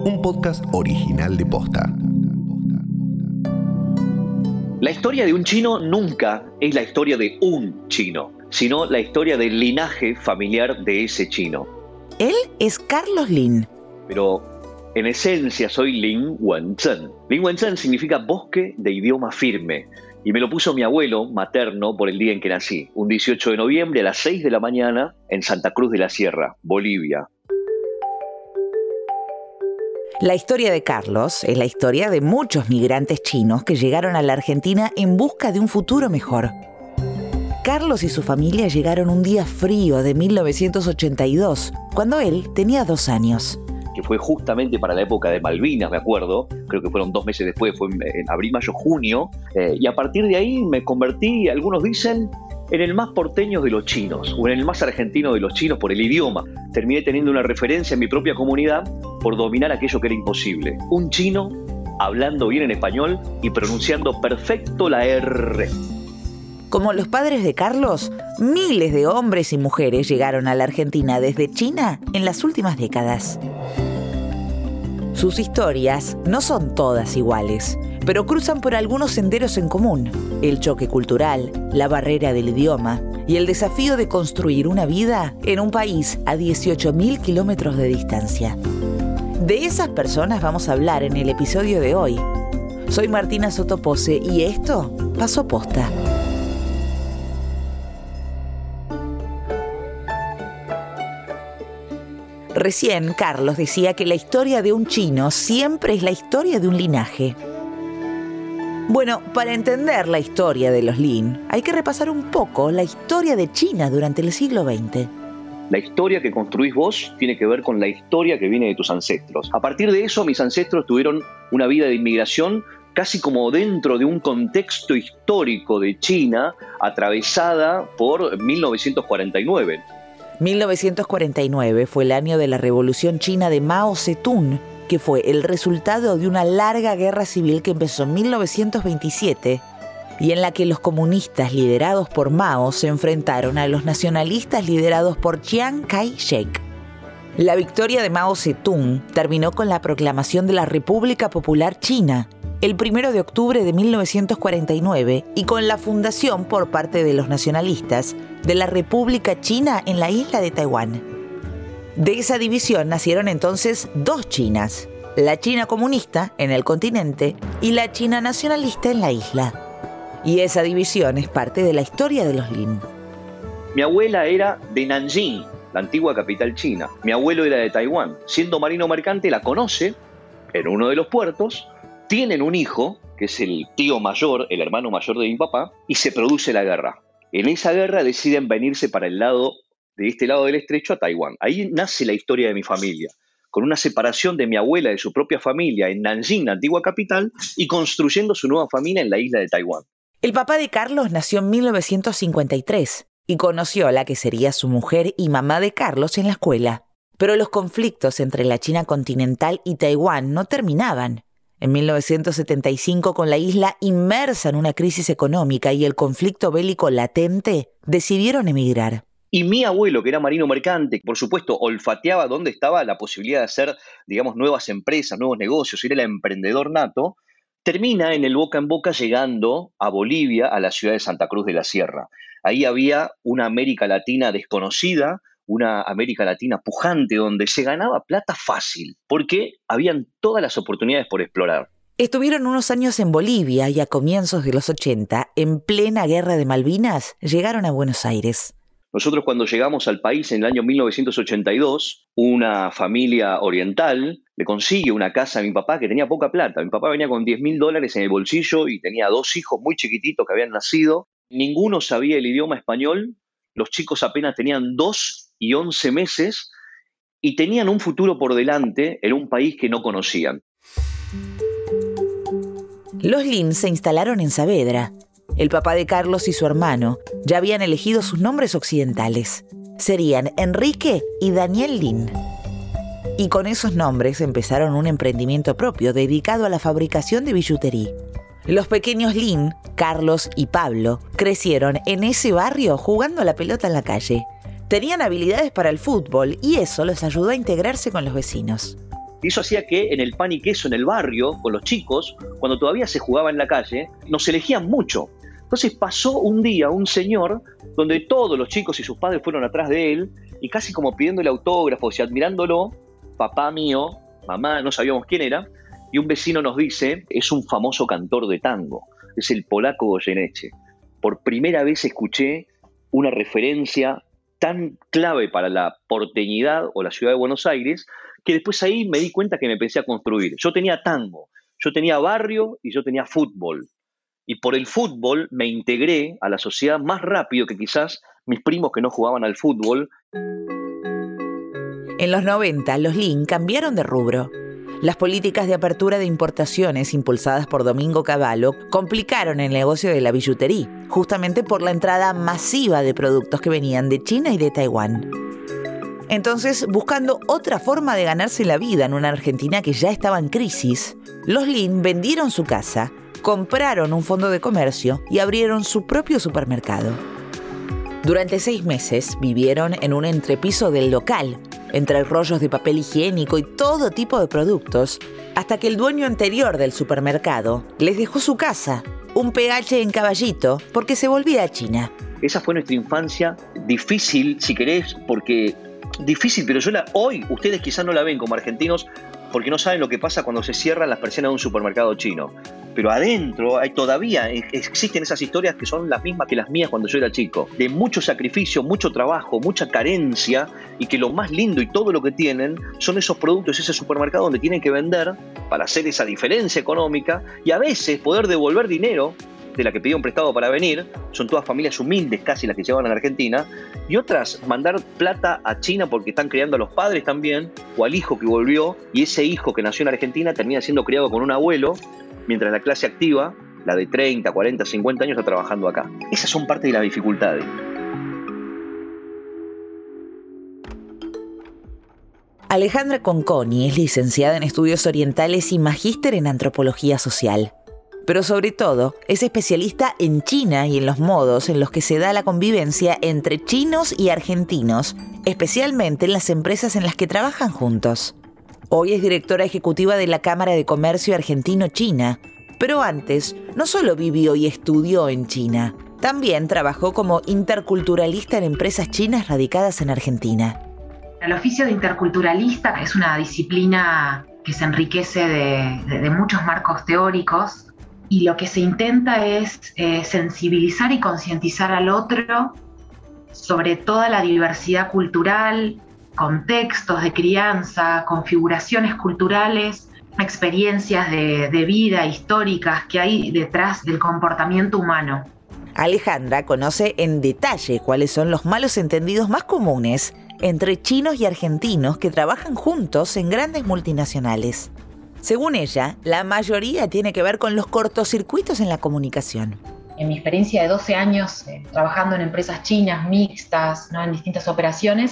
un podcast original de Posta. La historia de un chino nunca es la historia de un chino, sino la historia del linaje familiar de ese chino. Él es Carlos Lin. Pero en esencia soy Lin Wenzhen. Lin Wenzhen significa bosque de idioma firme. Y me lo puso mi abuelo materno por el día en que nací, un 18 de noviembre a las 6 de la mañana en Santa Cruz de la Sierra, Bolivia. La historia de Carlos es la historia de muchos migrantes chinos que llegaron a la Argentina en busca de un futuro mejor. Carlos y su familia llegaron un día frío de 1982, cuando él tenía 2 años. Que fue justamente para la época de Malvinas, me acuerdo, creo que fueron 2 meses después, fue en abril, mayo, junio, y a partir de ahí me convertí, algunos dicen, en el más porteño de los chinos, o en el más argentino de los chinos por el idioma. Terminé teniendo una referencia en mi propia comunidad por dominar aquello que era imposible. Un chino hablando bien en español y pronunciando perfecto la R. Como los padres de Carlos, miles de hombres y mujeres llegaron a la Argentina desde China en las últimas décadas. Sus historias no son todas iguales, pero cruzan por algunos senderos en común: el choque cultural, la barrera del idioma y el desafío de construir una vida en un país a 18.000 kilómetros de distancia. De esas personas vamos a hablar en el episodio de hoy. Soy Martina Sotopose y esto pasó posta. Recién Carlos decía que la historia de un chino siempre es la historia de un linaje. Bueno, para entender la historia de los Lin, hay que repasar un poco la historia de China durante el siglo XX. La historia que construís vos tiene que ver con la historia que viene de tus ancestros. A partir de eso, mis ancestros tuvieron una vida de inmigración casi como dentro de un contexto histórico de China, atravesada por 1949. 1949 fue el año de la Revolución China de Mao Zedong, que fue el resultado de una larga guerra civil que empezó en 1927 y en la que los comunistas liderados por Mao se enfrentaron a los nacionalistas liderados por Chiang Kai-shek. La victoria de Mao Zedong terminó con la proclamación de la República Popular China el 1 de octubre de 1949 y con la fundación por parte de los nacionalistas de la República China en la isla de Taiwán. De esa división nacieron entonces 2 Chinas, la China comunista en el continente y la China nacionalista en la isla. Y esa división es parte de la historia de los Lin. Mi abuela era de Nanjing, la antigua capital china. Mi abuelo era de Taiwán. Siendo marino mercante, la conoce en uno de los puertos. Tienen un hijo, que es el tío mayor, el hermano mayor de mi papá, y se produce la guerra. En esa guerra deciden venirse para el lado, de este lado del estrecho, a Taiwán. Ahí nace la historia de mi familia, con una separación de mi abuela de su propia familia en Nanjing, la antigua capital, y construyendo su nueva familia en la isla de Taiwán. El papá de Carlos nació en 1953 y conoció a la que sería su mujer y mamá de Carlos en la escuela. Pero los conflictos entre la China continental y Taiwán no terminaban. En 1975, con la isla inmersa en una crisis económica y el conflicto bélico latente, decidieron emigrar. Y mi abuelo, que era marino mercante, por supuesto, olfateaba dónde estaba la posibilidad de hacer, digamos, nuevas empresas, nuevos negocios, era el emprendedor nato, termina en el boca en boca llegando a Bolivia, a la ciudad de Santa Cruz de la Sierra. Ahí había una América Latina desconocida, una América Latina pujante, donde se ganaba plata fácil, porque habían todas las oportunidades por explorar. Estuvieron unos años en Bolivia y a comienzos de los 80, en plena guerra de Malvinas, llegaron a Buenos Aires. Nosotros cuando llegamos al país en el año 1982, una familia oriental le consigue una casa a mi papá que tenía poca plata. Mi papá venía con $10.000 en el bolsillo y tenía 2 hijos muy chiquititos que habían nacido. Ninguno sabía el idioma español, los chicos apenas tenían 2 y 11 meses y tenían un futuro por delante en un país que no conocían. Los Lin se instalaron en Saavedra. El papá de Carlos y su hermano ya habían elegido sus nombres occidentales. Serían Enrique y Daniel Lin. Y con esos nombres empezaron un emprendimiento propio dedicado a la fabricación de billutería. Los pequeños Lin, Carlos y Pablo, crecieron en ese barrio jugando a la pelota en la calle. Tenían habilidades para el fútbol y eso los ayudó a integrarse con los vecinos. Y eso hacía que en el pan y queso en el barrio, con los chicos, cuando todavía se jugaba en la calle, nos elegían mucho. Entonces pasó un día un señor donde todos los chicos y sus padres fueron atrás de él y casi como pidiéndole autógrafos y admirándolo, papá mío, mamá, no sabíamos quién era, y un vecino nos dice, es un famoso cantor de tango, es el polaco Goyeneche. Por primera vez escuché una referencia tan clave para la porteñidad o la ciudad de Buenos Aires, que después ahí me di cuenta que me empecé a construir. Yo tenía tango, yo tenía barrio y yo tenía fútbol. Y por el fútbol me integré a la sociedad más rápido que quizás mis primos que no jugaban al fútbol. En los 90, los Lin cambiaron de rubro. Las políticas de apertura de importaciones impulsadas por Domingo Cavallo complicaron el negocio de la billutería, justamente por la entrada masiva de productos que venían de China y de Taiwán. Entonces, buscando otra forma de ganarse la vida en una Argentina que ya estaba en crisis, los Lin vendieron su casa, compraron un fondo de comercio y abrieron su propio supermercado. Durante 6 meses vivieron en un entrepiso del local, entre rollos de papel higiénico y todo tipo de productos, hasta que el dueño anterior del supermercado les dejó su casa, un PH en Caballito, porque se volvía a China. Esa fue nuestra infancia, difícil, si querés, porque difícil, pero hoy ustedes quizás no la ven como argentinos porque no saben lo que pasa cuando se cierran las persianas de un supermercado chino. Pero adentro todavía existen esas historias que son las mismas que las mías cuando yo era chico. De mucho sacrificio, mucho trabajo, mucha carencia, y que lo más lindo y todo lo que tienen son esos productos, ese supermercado donde tienen que vender para hacer esa diferencia económica y a veces poder devolver dinero de la que pidieron prestado para venir. Son todas familias humildes casi las que llevan a la Argentina, y otras mandar plata a China porque están criando a los padres también, o al hijo que volvió, y ese hijo que nació en Argentina termina siendo criado con un abuelo, mientras la clase activa, la de 30, 40, 50 años, está trabajando acá. Esas son parte de las dificultades. Alejandra Conconi es licenciada en Estudios Orientales y magíster en Antropología Social. Pero sobre todo, es especialista en China y en los modos en los que se da la convivencia entre chinos y argentinos, especialmente en las empresas en las que trabajan juntos. Hoy es directora ejecutiva de la Cámara de Comercio Argentino-China, pero antes no solo vivió y estudió en China, también trabajó como interculturalista en empresas chinas radicadas en Argentina. El oficio de interculturalista es una disciplina que se enriquece de muchos marcos teóricos, y lo que se intenta es sensibilizar y concientizar al otro sobre toda la diversidad cultural, contextos de crianza, configuraciones culturales, experiencias de vida históricas que hay detrás del comportamiento humano. Alejandra conoce en detalle cuáles son los malos entendidos más comunes entre chinos y argentinos que trabajan juntos en grandes multinacionales. Según ella, la mayoría tiene que ver con los cortocircuitos en la comunicación. En mi experiencia de 12 años trabajando en empresas chinas mixtas, ¿no?, en distintas operaciones,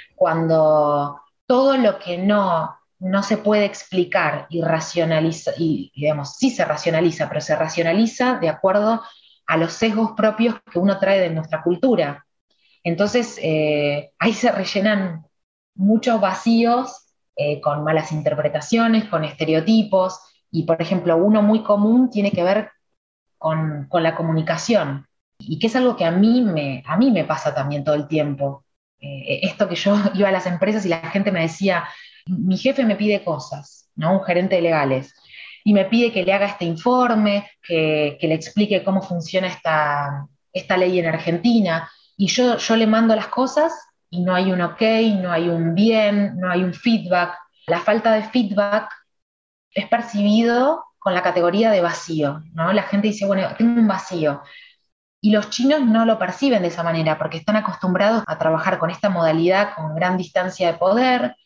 cuando todo lo que no se puede explicar y racionaliza, y digamos, sí se racionaliza, pero se racionaliza de acuerdo a los sesgos propios que uno trae de nuestra cultura. Entonces, ahí se rellenan muchos vacíos con malas interpretaciones, con estereotipos, y por ejemplo, uno muy común tiene que ver con la comunicación, y que es algo que a mí me pasa también todo el tiempo. Esto que yo iba a las empresas y la gente me decía, mi jefe me pide cosas, ¿no?, un gerente de legales, y me pide que le haga este informe, que le explique cómo funciona esta ley en Argentina, y yo le mando las cosas y no hay un ok, no hay un bien, no hay un feedback. La falta de feedback es percibido con la categoría de vacío, ¿no? La gente dice, bueno, tengo un vacío. Y los chinos no lo perciben de esa manera porque están acostumbrados a trabajar con esta modalidad con gran distancia de poder.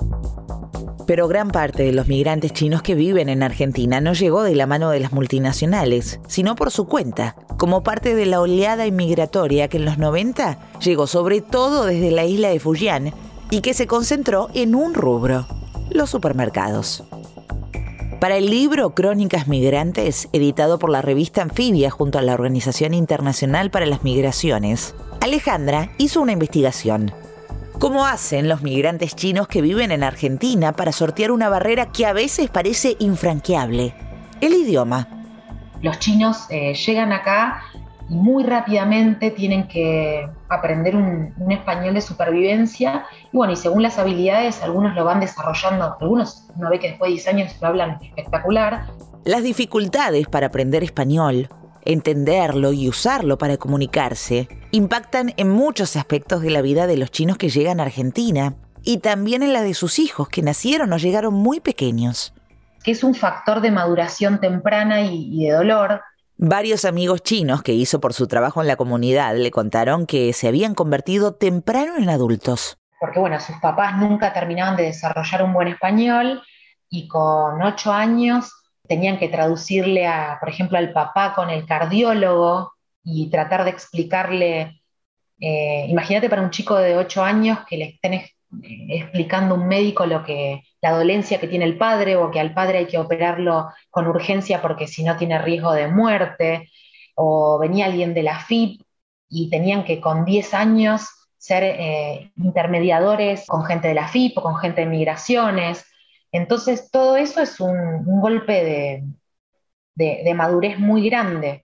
Pero gran parte de los migrantes chinos que viven en Argentina no llegó de la mano de las multinacionales, sino por su cuenta, como parte de la oleada inmigratoria que en los 90 llegó sobre todo desde la isla de Fujian y que se concentró en un rubro, los supermercados. Para el libro Crónicas Migrantes, editado por la revista Anfibia junto a la Organización Internacional para las Migraciones, Alejandra hizo una investigación. ¿Cómo hacen los migrantes chinos que viven en Argentina para sortear una barrera que a veces parece infranqueable? El idioma. Los chinos llegan acá y muy rápidamente tienen que aprender un español de supervivencia. Y bueno, y según las habilidades, algunos lo van desarrollando, algunos uno ve que después de 10 años lo hablan espectacular. Las dificultades para aprender español, entenderlo y usarlo para comunicarse, impactan en muchos aspectos de la vida de los chinos que llegan a Argentina y también en la de sus hijos que nacieron o llegaron muy pequeños. Que es un factor de maduración temprana y de dolor. Varios amigos chinos que hizo por su trabajo en la comunidad le contaron que se habían convertido temprano en adultos. Porque bueno, sus papás nunca terminaban de desarrollar un buen español y con 8 años tenían que traducirle, por ejemplo, al papá con el cardiólogo y tratar de explicarle, imagínate para un chico de 8 años que le estén explicando un médico la dolencia que tiene el padre o que al padre hay que operarlo con urgencia porque si no tiene riesgo de muerte, o venía alguien de la AFIP y tenían que con 10 años ser intermediadores con gente de la AFIP o con gente de migraciones. Entonces todo eso es un golpe de madurez muy grande.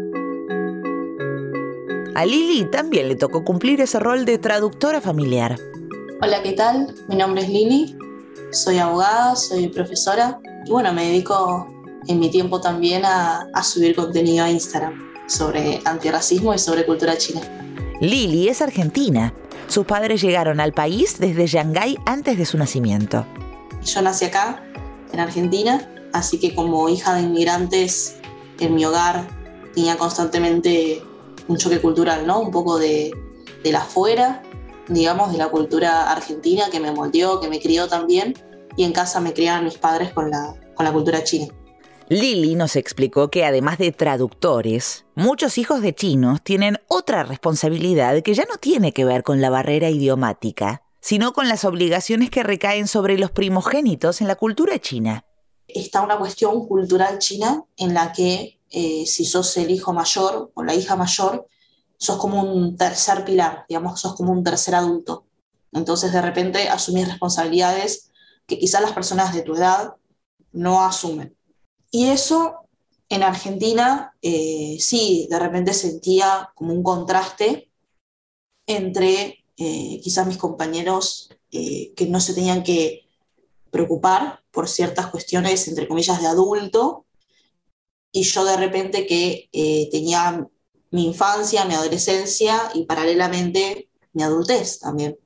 A Lili también le tocó cumplir ese rol de traductora familiar. Hola, ¿qué tal? Mi nombre es Lili, soy abogada, soy profesora y bueno, me dedico en mi tiempo también a subir contenido a Instagram sobre antirracismo y sobre cultura china. Lili es argentina. Sus padres llegaron al país desde Shanghái antes de su nacimiento. Yo nací acá, en Argentina, así que como hija de inmigrantes en mi hogar tenía constantemente un choque cultural, ¿no? Un poco de la afuera, digamos, de la cultura argentina que me moldeó, que me crió también, y en casa me criaron mis padres con la cultura china. Lili nos explicó que además de traductores, muchos hijos de chinos tienen otra responsabilidad que ya no tiene que ver con la barrera idiomática, sino con las obligaciones que recaen sobre los primogénitos en la cultura china. Está una cuestión cultural china en la que si sos el hijo mayor o la hija mayor, sos como un tercer pilar, digamos, sos como un tercer adulto. Entonces, de repente, asumís responsabilidades que quizás las personas de tu edad no asumen. Y eso, en Argentina, sí, de repente sentía como un contraste entre quizás mis compañeros que no se tenían que preocupar por ciertas cuestiones, entre comillas, de adulto, y yo de repente que tenía mi infancia, mi adolescencia y paralelamente mi adultez también.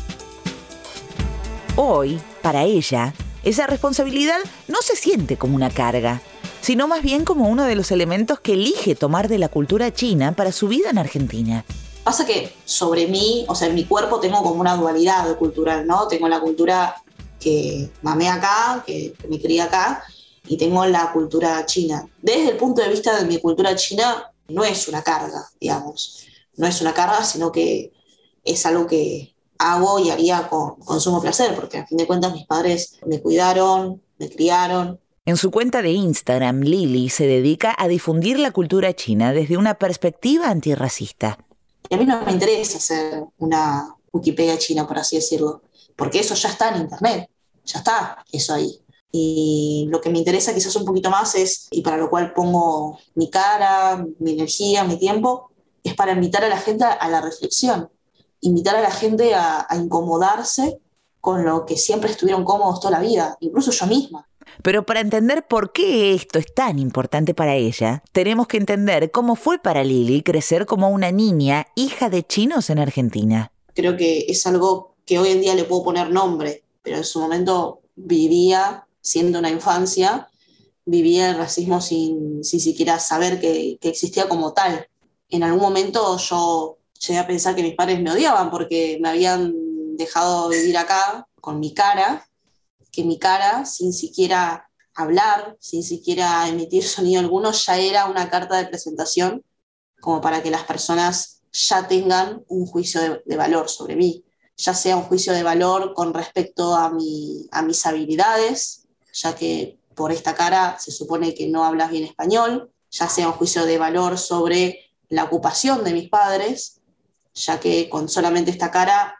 Hoy, para ella, esa responsabilidad no se siente como una carga, sino más bien como uno de los elementos que elige tomar de la cultura china para su vida en Argentina. Pasa que sobre mí, o sea, en mi cuerpo tengo como una dualidad cultural, ¿no? Tengo la cultura que mamé acá, que me crié acá, y tengo la cultura china. Desde el punto de vista de mi cultura china, no es una carga, digamos. No es una carga, sino que es algo que hago y haría con sumo placer, porque a fin de cuentas mis padres me cuidaron, me criaron. En su cuenta de Instagram, Lili se dedica a difundir la cultura china desde una perspectiva antirracista. Y a mí no me interesa hacer una Wikipedia china, por así decirlo, porque eso ya está en internet, ya está eso ahí. Y lo que me interesa quizás un poquito más es, y para lo cual pongo mi cara, mi energía, mi tiempo, es para invitar a la gente a la reflexión, invitar a la gente a incomodarse con lo que siempre estuvieron cómodos toda la vida, incluso yo misma. Pero para entender por qué esto es tan importante para ella, tenemos que entender cómo fue para Lili crecer como una niña, hija de chinos en Argentina. Creo que es algo que hoy en día le puedo poner nombre, pero en su momento vivía, siendo una infancia, vivía el racismo sin siquiera saber que existía como tal. En algún momento yo llegué a pensar que mis padres me odiaban porque me habían dejado vivir acá con mi cara, que mi cara, sin siquiera hablar, sin siquiera emitir sonido alguno, ya era una carta de presentación como para que las personas ya tengan un juicio de valor sobre mí, ya sea un juicio de valor con respecto a mis habilidades, ya que por esta cara se supone que no hablas bien español, ya sea un juicio de valor sobre la ocupación de mis padres, ya que con solamente esta cara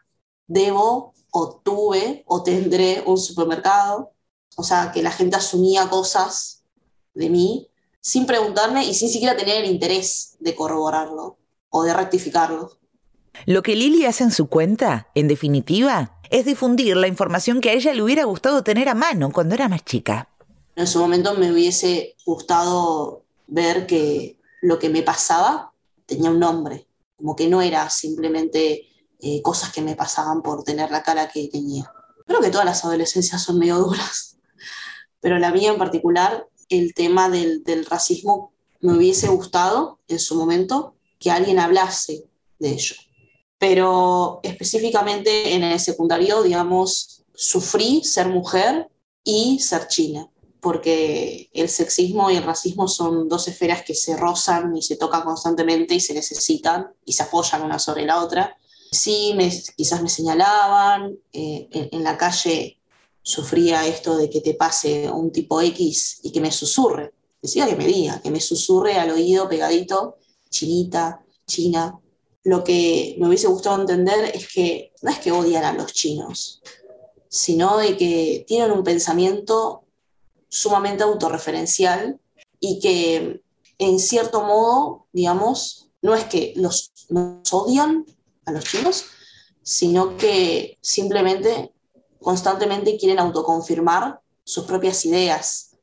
debo o tuve o tendré un supermercado. O sea, que la gente asumía cosas de mí sin preguntarme y sin siquiera tener el interés de corroborarlo o de rectificarlo. Lo que Lili hace en su cuenta, en definitiva, es difundir la información que a ella le hubiera gustado tener a mano cuando era más chica. En su momento me hubiese gustado ver que lo que me pasaba tenía un nombre, como que no era simplemente cosas que me pasaban por tener la cara que tenía. Creo que todas las adolescencias son medio duras, pero la mía en particular, el tema del racismo, me hubiese gustado en su momento que alguien hablase de ello. Pero específicamente en el secundario, digamos, sufrí ser mujer y ser china, porque el sexismo y el racismo son dos esferas que se rozan y se tocan constantemente y se necesitan y se apoyan una sobre la otra. Sí, quizás me señalaban, en la calle sufría esto de que te pase un tipo X y que me susurre, decía que me diga, que me susurre al oído pegadito, chinita, china. Lo que me hubiese gustado entender es que no es que odian a los chinos, sino de que tienen un pensamiento sumamente autorreferencial y que en cierto modo, digamos, no es que nos odian a los chinos, sino que simplemente constantemente quieren autoconfirmar sus propias ideas.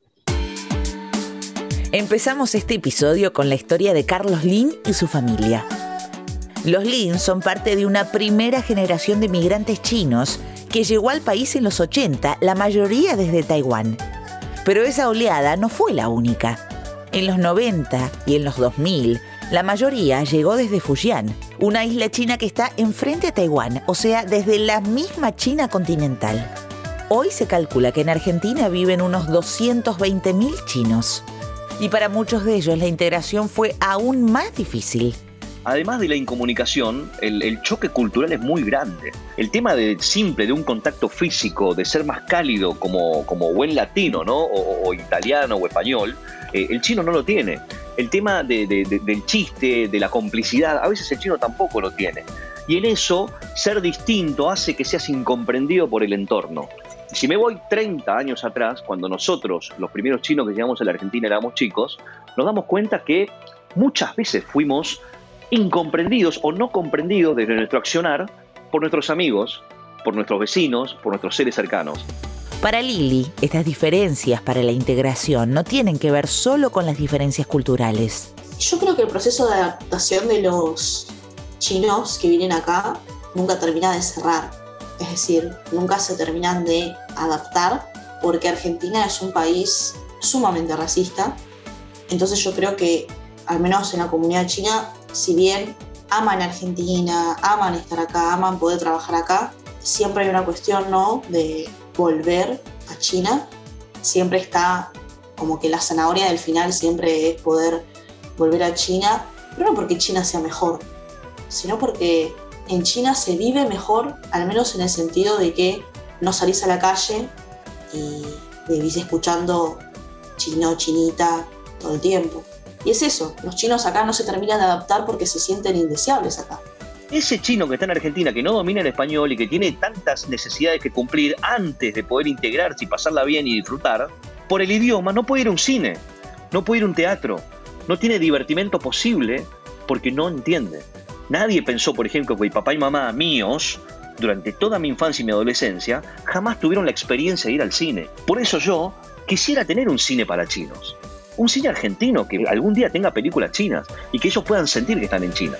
Empezamos este episodio con la historia de Carlos Lin y su familia. Los Lin son parte de una primera generación de migrantes chinos que llegó al país en los 80, la mayoría desde Taiwán. Pero esa oleada no fue la única. En los 90 y en los 2000, la mayoría llegó desde Fujian, una isla china que está enfrente a Taiwán, o sea, desde la misma China continental. Hoy se calcula que en Argentina viven unos 220.000 chinos. Y para muchos de ellos la integración fue aún más difícil. Además de la incomunicación, el choque cultural es muy grande. El tema simple de un contacto físico, de ser más cálido como buen latino, ¿no? o italiano o español, el chino no lo tiene. El tema del chiste, de la complicidad, a veces el chino tampoco lo tiene. Y en eso, ser distinto hace que seas incomprendido por el entorno. Si me voy 30 años atrás, cuando nosotros, los primeros chinos que llegamos a la Argentina, éramos chicos, nos damos cuenta que muchas veces fuimos incomprendidos o no comprendidos desde nuestro accionar por nuestros amigos, por nuestros vecinos, por nuestros seres cercanos. Para Lili, estas diferencias para la integración no tienen que ver solo con las diferencias culturales. Yo creo que el proceso de adaptación de los chinos que vienen acá nunca termina de cerrar. Es decir, nunca se terminan de adaptar porque Argentina es un país sumamente racista. Entonces yo creo que, al menos en la comunidad china, si bien aman Argentina, aman estar acá, aman poder trabajar acá, siempre hay una cuestión, ¿no?, de volver a China. Siempre está como que la zanahoria del final siempre es poder volver a China, pero no porque China sea mejor, sino porque en China se vive mejor, al menos en el sentido de que no salís a la calle y vivís escuchando chino, chinita todo el tiempo. Y es eso, los chinos acá no se terminan de adaptar porque se sienten indeseables acá. Ese chino que está en Argentina, que no domina el español y que tiene tantas necesidades que cumplir antes de poder integrarse y pasarla bien y disfrutar, por el idioma no puede ir a un cine, no puede ir a un teatro, no tiene divertimento posible porque no entiende. Nadie pensó, por ejemplo, que mi papá y mamá míos, durante toda mi infancia y mi adolescencia, jamás tuvieron la experiencia de ir al cine. Por eso yo quisiera tener un cine para chinos. Un cine argentino que algún día tenga películas chinas y que ellos puedan sentir que están en China.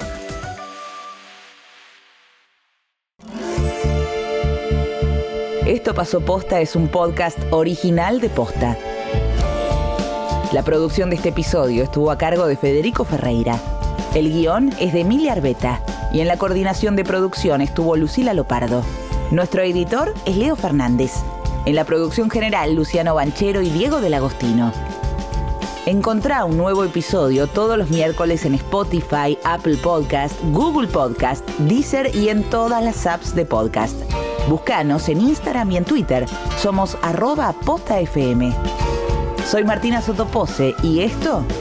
Esto Pasó Posta es un podcast original de Posta. La producción de este episodio estuvo a cargo de Federico Ferreira. El guión es de Emilia Arbeta y en la coordinación de producción estuvo Lucila Lopardo. Nuestro editor es Leo Fernández. En la producción general, Luciano Banchero y Diego del Agostino. Encontrá un nuevo episodio todos los miércoles en Spotify, Apple Podcast, Google Podcast, Deezer y en todas las apps de podcast. Búscanos en Instagram y en Twitter. Somos @postafm. Soy Martina Sotopose y esto